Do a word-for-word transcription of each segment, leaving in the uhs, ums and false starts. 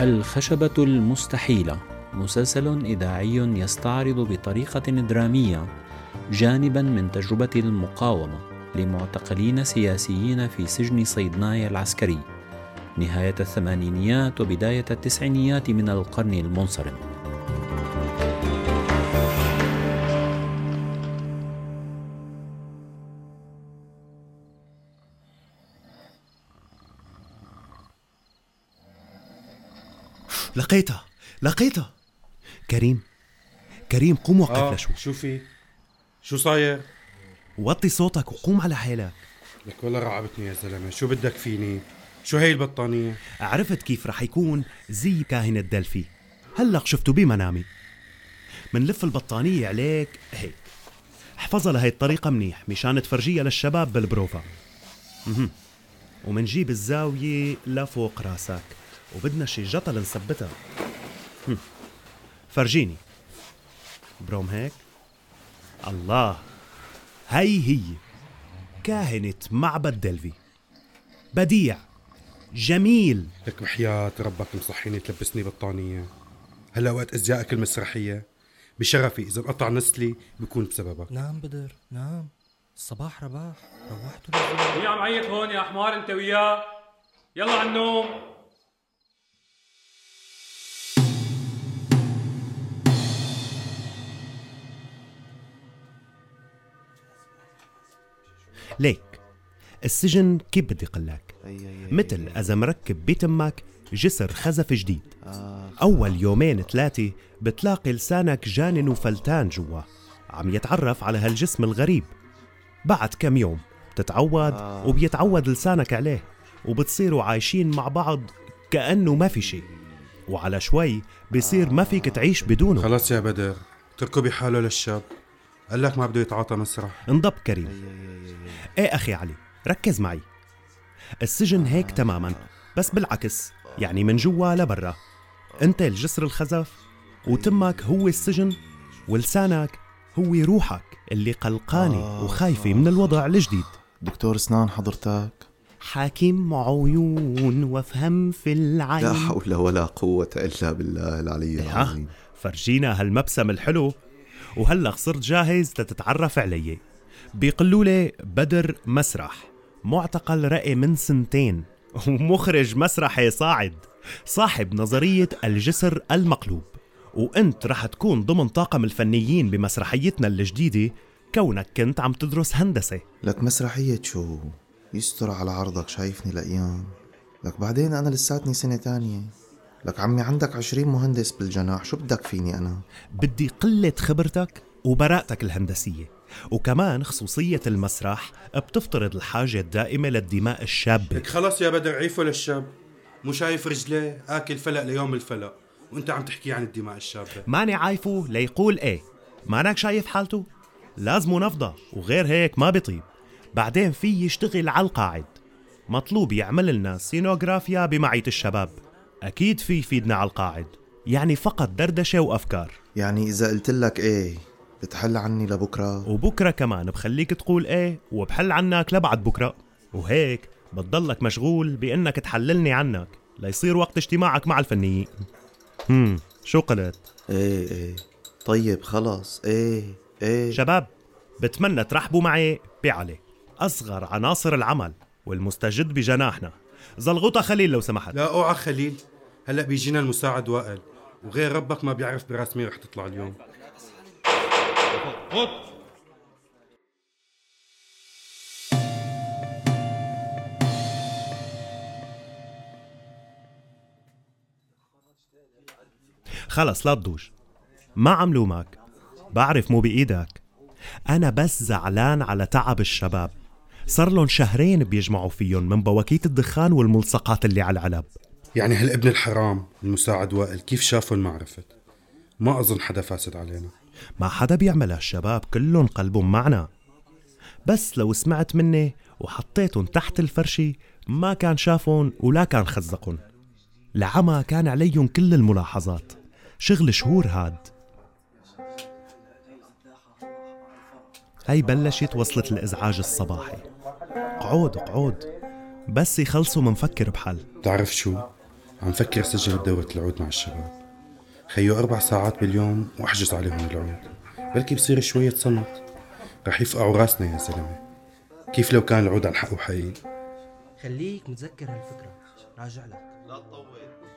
الخشبة المستحيلة مسلسل إذاعي يستعرض بطريقة درامية جانباً من تجربة المقاومة لمعتقلين سياسيين في سجن صيدنايا العسكري نهاية الثمانينيات وبداية التسعينيات من القرن المنصرم. لقيتها لقيتها كريم كريم قوم وقف آه لشوي. شو في؟ شو صاير؟ وطي صوتك وقوم على حالك. لك والله رعبتني يا زلمة. شو بدك فيني؟ شو هي البطانية؟ عرفت كيف رح يكون زي كاهن الدلفي. هلق شفته بمنامي. منلف البطانية عليك هيك. احفظها لهي الطريقة منيح مشان تفرجيها للشباب بالبروفا. مهم. ومنجيب الزاوية لفوق راسك وبدنا شي جطل نثبتها. فرجيني بروم هيك. الله، هاي هي كاهنة معبد دلفي. بديع جميل. لك بحياة ربك مصحيني تلبسني بطانية. هلا وقت ازيائك المسرحية بشرفي إذا انقطع نسلي بيكون بسببك. نام بدر نام، الصباح رباح. روحتوا للزمن. مين عم عيط هون يا حمار انت وياه؟ يلا على النوم. ليك السجن كيف بدي قلك؟ مثل إذا مركب بتمك جسر خزف جديد. أول يومين ثلاثة بتلاقي لسانك جانن وفلتان جوا عم يتعرف على هالجسم الغريب. بعد كم يوم بتتعود وبيتعود لسانك عليه وبتصيروا عايشين مع بعض كأنه ما في شيء، وعلى شوي بيصير ما فيك تعيش بدونه. خلاص يا بدر تركوا بحاله للشاب. قال لك ما بده يتعاطى مسرح. انضب كريم. ايه أخي علي ركز معي. السجن هيك تماما بس بالعكس، يعني من جوا لبرا. انت الجسر الخزف وتمك هو السجن ولسانك هو روحك اللي قلقانة آه وخايفة من الوضع الجديد. دكتور اسنان حضرتك؟ حاكم عيون وافهم في العين. لا حول ولا قوة إلا بالله العلي العظيم. فرجينا هالمبسم الحلو وهلأ صرت جاهز لتتعرف علي. بيقولولي بدر مسرح، معتقل رأي من سنتين ومخرج مسرحي صاعد، صاحب نظرية الجسر المقلوب. وانت رح تكون ضمن طاقم الفنيين بمسرحيتنا الجديدة كونك كنت عم تدرس هندسة. لك مسرحية شو؟ يستر على عرضك، شايفني لقيان. لك بعدين أنا لساتني سنة تانية. لك عمي عندك عشرين مهندس بالجناح، شو بدك فيني أنا؟ بدي قلة خبرتك وبراءتك الهندسية، وكمان خصوصية المسرح بتفترض الحاجة الدائمة للدماء الشابة. لك خلاص يا بدر عيفوا للشاب. مو شايف رجليه آكل فلق ليوم الفلق وانت عم تحكي عن الدماء الشابة. ماني عايفه ليقول ايه. مانك شايف حالته؟ لازمه نفضة وغير هيك ما بيطيب. بعدين في يشتغل على القاعد. مطلوب يعمل لنا سينوغرافيا بمعية الشباب. أكيد في يفيدنا على القاعد، يعني فقط دردشة وأفكار. يعني إذا قلت لك إيه بتحل عني لبكرة؟ وبكرة كمان بخليك تقول إيه وبحل عنك لبعد بكرة. وهيك بتضلك مشغول بأنك تحللني عنك ليصير وقت اجتماعك مع الفنيين. هم شو قلت؟ إيه إيه طيب خلاص. إيه إيه شباب بتمنى ترحبوا معي بعلي، أصغر عناصر العمل والمستجد بجناحنا. زلغوطة خليل لو سمحت. لا اوعى خليل، هلأ بيجينا المساعد وائل، وغير ربك ما بيعرف براس مين رح تطلع اليوم. خد خلص لا تضوج، ما عم لومك، بعرف مو بإيدك. أنا بس زعلان على تعب الشباب، صار لهم شهرين بيجمعوا فيهم من بواكيت الدخان والملصقات اللي على العلب. يعني هالابن الحرام المساعد وائل كيف شافوا ما عرفت؟ ما أظن حدا فاسد علينا. ما حدا بيعملها، الشباب كلهم قلبهم معنا. بس لو سمعت مني وحطيتهم تحت الفرشة ما كان شافون ولا كان خزقون. العمى كان عليهم كل الملاحظات، شغل شهور هاد. هاي بلشت وصلت الإزعاج الصباحي. قعود قعود بس يخلصوا منفكر بحل. تعرف شو؟ عم فكر سجل بدورة العود مع الشباب، خيو أربع ساعات باليوم وأحجز عليهم العود، بلكي بصير شوية صمت، رح يفقعوا راسنا يا زلمة. كيف لو كان العود عن حقه حقيقي؟ خليك متذكر هالفكرة، راجع لك. لا تطول.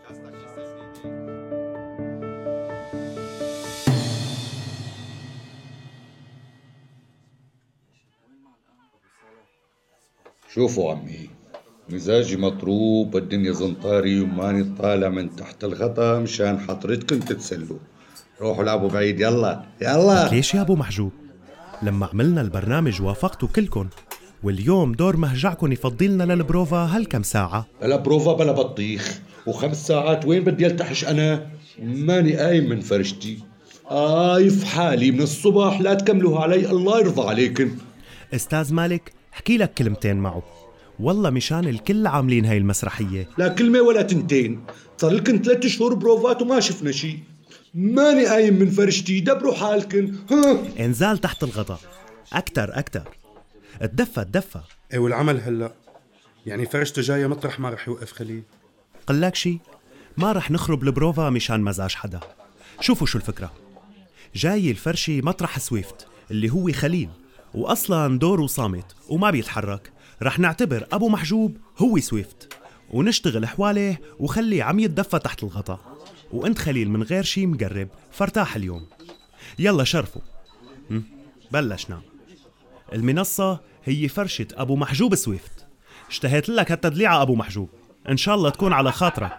شوفوا عمي، مزاجي مطروب، الدنيا زنطاري وماني طالع من تحت الغطا مشان حضرتكم تتسلوا. روحوا لعبوا بعيد، يلا يلا. ليش يا ابو محجوب؟ لما عملنا البرنامج وافقتوا كلكن، واليوم دور مهجعكن يفضلنا للبروفا هالكم ساعة. بلا بروفا بلا بطيخ، وخمس ساعات وين بدي التحش أنا؟ ماني قايم من فرشتي، قايف حالي من الصبح، لا تكملوها علي الله يرضى عليكم. استاذ مالك، احكي لك كلمتين معه، والله مشان الكل عاملين هاي المسرحية. لا كلمة ولا تنتين، صار لكم ثلاث شهور بروفات وما شفنا شي. ماني قايم من فرشتي، دبروا حالكن. ها انزال تحت الغطاء أكتر أكتر، اتدفى اتدفى. ايه والعمل هلأ يعني فرشته جاية مطرح ما رح يوقف خليل. قلك شي، ما رح نخرب البروفا مشان مزاج حدا. شوفوا شو الفكرة، جاي الفرشي مطرح سويفت اللي هو خليل، وأصلا دوره صامت وما بيتحرك. رح نعتبر أبو محجوب هو سويفت ونشتغل حواله وخليه عم يتدفى تحت الغطاء، وانت خليل من غير شي مقرب، فارتاح اليوم. يلا شرفوا. بلشنا. المنصة هي فرشة أبو محجوب سويفت. اشتهيت لك هالتدليعة أبو محجوب، إن شاء الله تكون على خاطرك.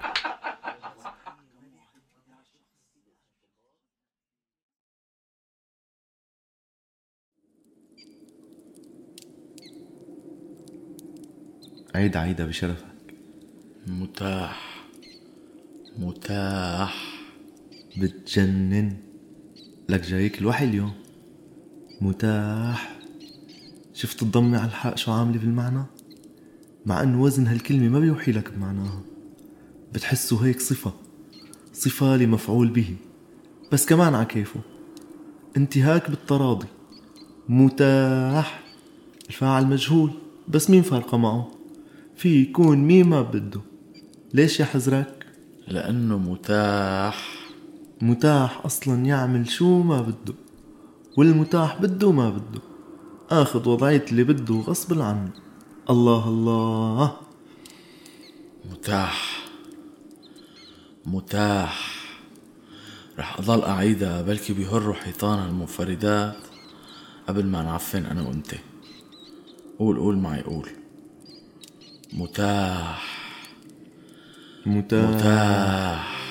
عيد عيدة بشرفك. متاح متاح بتجنن لك، جايك الوحي اليوم. متاح. شفت الضمة على الحق شو عاملة بالمعنى؟ مع أن وزن هالكلمة ما بيوحي لك بمعناها، بتحسه هيك صفة صفة لمفعول به، بس كمان عكيفه انتهاك بالتراضي. متاح الفاعل مجهول، بس مين فارقة معه؟ في يكون مين ما بده. ليش يا حزرك؟ لأنه متاح. متاح أصلا يعمل شو ما بده، والمتاح بده ما بده، آخذ وضعية اللي بده غصب عنه. الله الله. متاح متاح رح أضل أعيدها، بلكي بيهروا حيطان المنفردات قبل ما نعفن أنا وأنت. قول قول معي، قول. متاح متاح, متاح.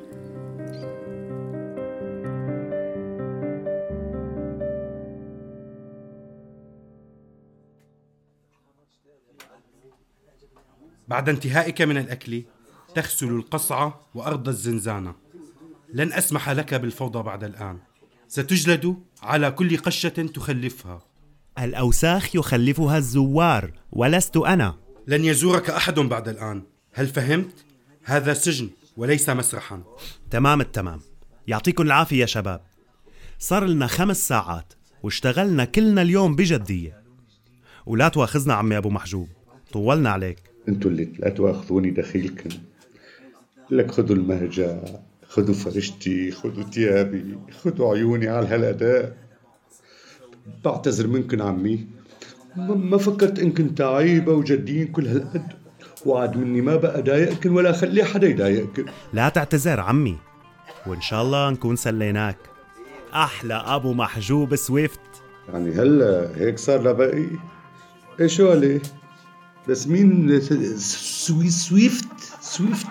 بعد انتهائك من الأكل تغسل القصعة وأرض الزنزانة. لن أسمح لك بالفوضى بعد الآن، ستجلد على كل قشة تخلفها. الأوساخ يخلفها الزوار ولست أنا. لن يزورك أحد بعد الآن، هل فهمت؟ هذا سجن وليس مسرحا. تمام التمام، يعطيكم العافية يا شباب. صار لنا خمس ساعات واشتغلنا كلنا اليوم بجدية، ولا تواخذنا عمي أبو محجوب، طولنا عليك. انتوا اللي لا تواخذوني دخيلكم. لك خذوا المهجع، خذوا فرشتي، خذوا تيابي، خذوا عيوني على هالأداء. بعتذر منكن عمي، ما فكرت انكن تعيبة وجدين كل هالقد، وعد مني ما بقى دايقكن ولا خلي حدا يضايقكن. لا تعتذر عمي، وإن شاء الله نكون سليناك. أحلى أبو محجوب سويفت. يعني هلا هيك صار لبقي؟ ايه شو عليه؟ بس مين سوي سويفت سويفت؟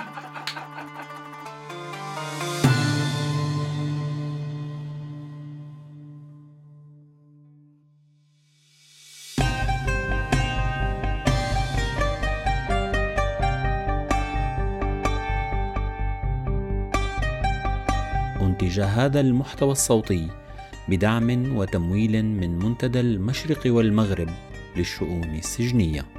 أنتج هذا المحتوى الصوتي بدعم وتمويل من منتدى المشرق والمغرب للشؤون السجنية.